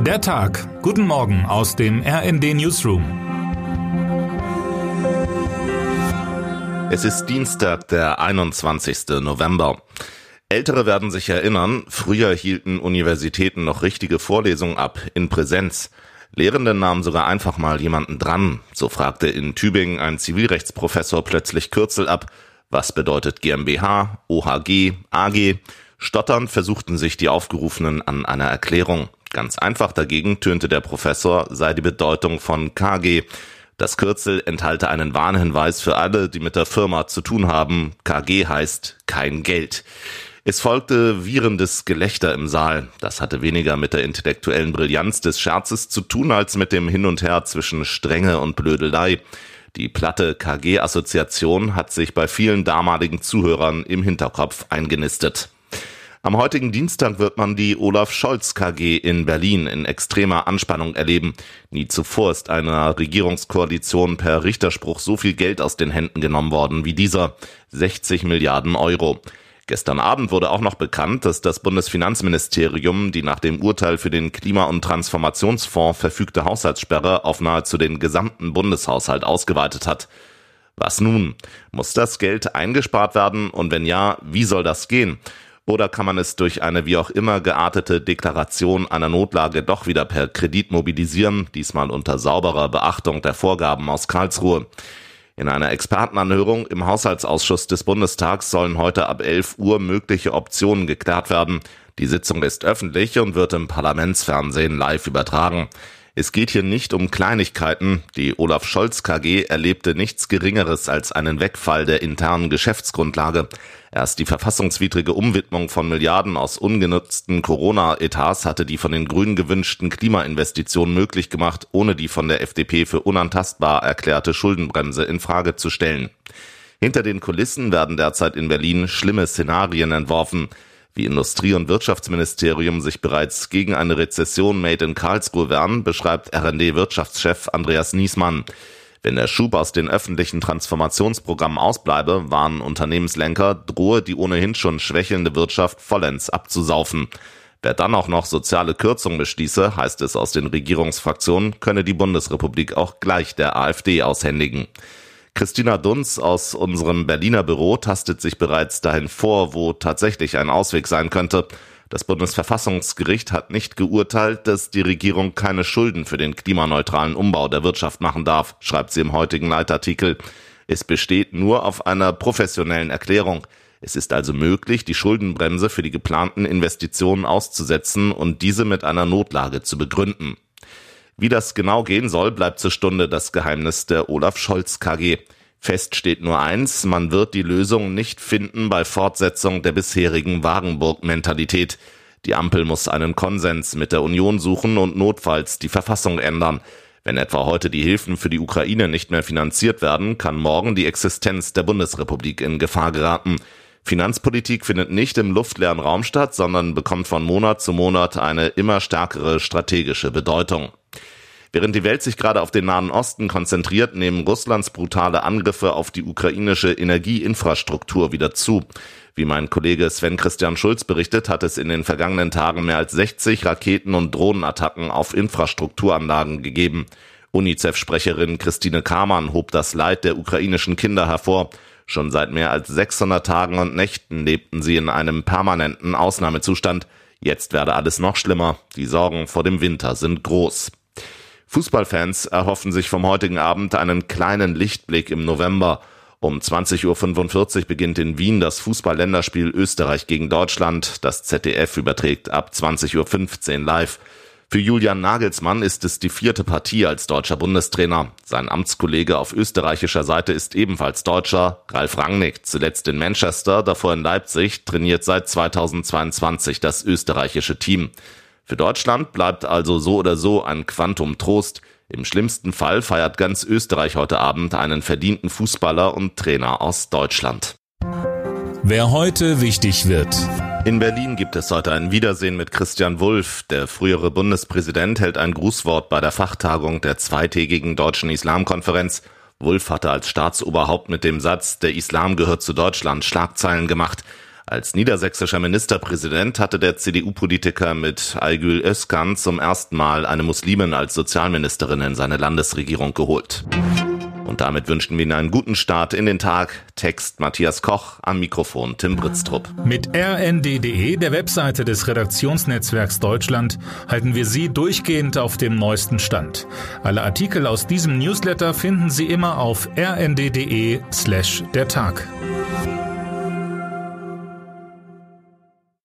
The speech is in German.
Der Tag. Guten Morgen aus dem RND Newsroom. Es ist Dienstag, der 21. November. Ältere werden sich erinnern, früher hielten Universitäten noch richtige Vorlesungen ab, in Präsenz. Lehrende nahmen sogar einfach mal jemanden dran. So fragte in Tübingen ein Zivilrechtsprofessor plötzlich Kürzel ab. Was bedeutet GmbH, OHG, AG? Stotternd versuchten sich die Aufgerufenen an einer Erklärung. Ganz einfach dagegen tönte der Professor, sei die Bedeutung von KG. Das Kürzel enthalte einen Warnhinweis für alle, die mit der Firma zu tun haben. KG heißt kein Geld. Es folgte wierendes Gelächter im Saal. Das hatte weniger mit der intellektuellen Brillanz des Scherzes zu tun, als mit dem Hin und Her zwischen Strenge und Blödelei. Die platte KG-Assoziation hat sich bei vielen damaligen Zuhörern im Hinterkopf eingenistet. Am heutigen Dienstag wird man die Olaf Scholz KG in Berlin in extremer Anspannung erleben. Nie zuvor ist einer Regierungskoalition per Richterspruch so viel Geld aus den Händen genommen worden wie dieser. 60 Milliarden Euro. Gestern Abend wurde auch noch bekannt, dass das Bundesfinanzministerium die nach dem Urteil für den Klima- und Transformationsfonds verfügte Haushaltssperre auf nahezu den gesamten Bundeshaushalt ausgeweitet hat. Was nun? Muss das Geld eingespart werden? Und wenn ja, wie soll das gehen? Oder kann man es durch eine wie auch immer geartete Deklaration einer Notlage doch wieder per Kredit mobilisieren, diesmal unter sauberer Beachtung der Vorgaben aus Karlsruhe? In einer Expertenanhörung im Haushaltsausschuss des Bundestags sollen heute ab 11 Uhr mögliche Optionen geklärt werden. Die Sitzung ist öffentlich und wird im Parlamentsfernsehen live übertragen. Es geht hier nicht um Kleinigkeiten. Die Olaf Scholz KG erlebte nichts Geringeres als einen Wegfall der internen Geschäftsgrundlage. Erst die verfassungswidrige Umwidmung von Milliarden aus ungenutzten Corona-Etats hatte die von den Grünen gewünschten Klimainvestitionen möglich gemacht, ohne die von der FDP für unantastbar erklärte Schuldenbremse in Frage zu stellen. Hinter den Kulissen werden derzeit in Berlin schlimme Szenarien entworfen. Wie Industrie- und Wirtschaftsministerium sich bereits gegen eine Rezession made in Karlsruhe wehren, beschreibt RND-Wirtschaftschef Andreas Niesmann. Wenn der Schub aus den öffentlichen Transformationsprogrammen ausbleibe, warnen Unternehmenslenker, drohe die ohnehin schon schwächelnde Wirtschaft vollends abzusaufen. Wer dann auch noch soziale Kürzungen beschließe, heißt es aus den Regierungsfraktionen, könne die Bundesrepublik auch gleich der AfD aushändigen. Christina Dunz aus unserem Berliner Büro tastet sich bereits dahin vor, wo tatsächlich ein Ausweg sein könnte. Das Bundesverfassungsgericht hat nicht geurteilt, dass die Regierung keine Schulden für den klimaneutralen Umbau der Wirtschaft machen darf, schreibt sie im heutigen Leitartikel. Es besteht nur auf einer professionellen Erklärung. Es ist also möglich, die Schuldenbremse für die geplanten Investitionen auszusetzen und diese mit einer Notlage zu begründen. Wie das genau gehen soll, bleibt zur Stunde das Geheimnis der Olaf Scholz KG. Fest steht nur eins, man wird die Lösung nicht finden bei Fortsetzung der bisherigen Wagenburg-Mentalität. Die Ampel muss einen Konsens mit der Union suchen und notfalls die Verfassung ändern. Wenn etwa heute die Hilfen für die Ukraine nicht mehr finanziert werden, kann morgen die Existenz der Bundesrepublik in Gefahr geraten. Finanzpolitik findet nicht im luftleeren Raum statt, sondern bekommt von Monat zu Monat eine immer stärkere strategische Bedeutung. Während die Welt sich gerade auf den Nahen Osten konzentriert, nehmen Russlands brutale Angriffe auf die ukrainische Energieinfrastruktur wieder zu. Wie mein Kollege Sven Christian Schulz berichtet, hat es in den vergangenen Tagen mehr als 60 Raketen- und Drohnenattacken auf Infrastrukturanlagen gegeben. UNICEF-Sprecherin Christine Kamann hob das Leid der ukrainischen Kinder hervor. Schon seit mehr als 600 Tagen und Nächten lebten sie in einem permanenten Ausnahmezustand. Jetzt werde alles noch schlimmer. Die Sorgen vor dem Winter sind groß. Fußballfans erhoffen sich vom heutigen Abend einen kleinen Lichtblick im November. Um 20:45 Uhr beginnt in Wien das Fußball-Länderspiel Österreich gegen Deutschland. Das ZDF überträgt ab 20:15 Uhr live. Für Julian Nagelsmann ist es die 4. Partie als deutscher Bundestrainer. Sein Amtskollege auf österreichischer Seite ist ebenfalls Deutscher. Ralf Rangnick, zuletzt in Manchester, davor in Leipzig, trainiert seit 2022 das österreichische Team. Für Deutschland bleibt also so oder so ein Quantum Trost. Im schlimmsten Fall feiert ganz Österreich heute Abend einen verdienten Fußballer und Trainer aus Deutschland. Wer heute wichtig wird. In Berlin gibt es heute ein Wiedersehen mit Christian Wulff. Der frühere Bundespräsident hält ein Grußwort bei der Fachtagung der zweitägigen Deutschen Islamkonferenz. Wulff hatte als Staatsoberhaupt mit dem Satz, der Islam gehört zu Deutschland, Schlagzeilen gemacht. Als niedersächsischer Ministerpräsident hatte der CDU-Politiker mit Aygül Özkan zum ersten Mal eine Muslimin als Sozialministerin in seine Landesregierung geholt. Und damit wünschen wir Ihnen einen guten Start in den Tag. Text Matthias Koch, am Mikrofon Tim Britztrup. Mit rnd.de, der Webseite des Redaktionsnetzwerks Deutschland, halten wir Sie durchgehend auf dem neuesten Stand. Alle Artikel aus diesem Newsletter finden Sie immer auf rnd.de/der Tag.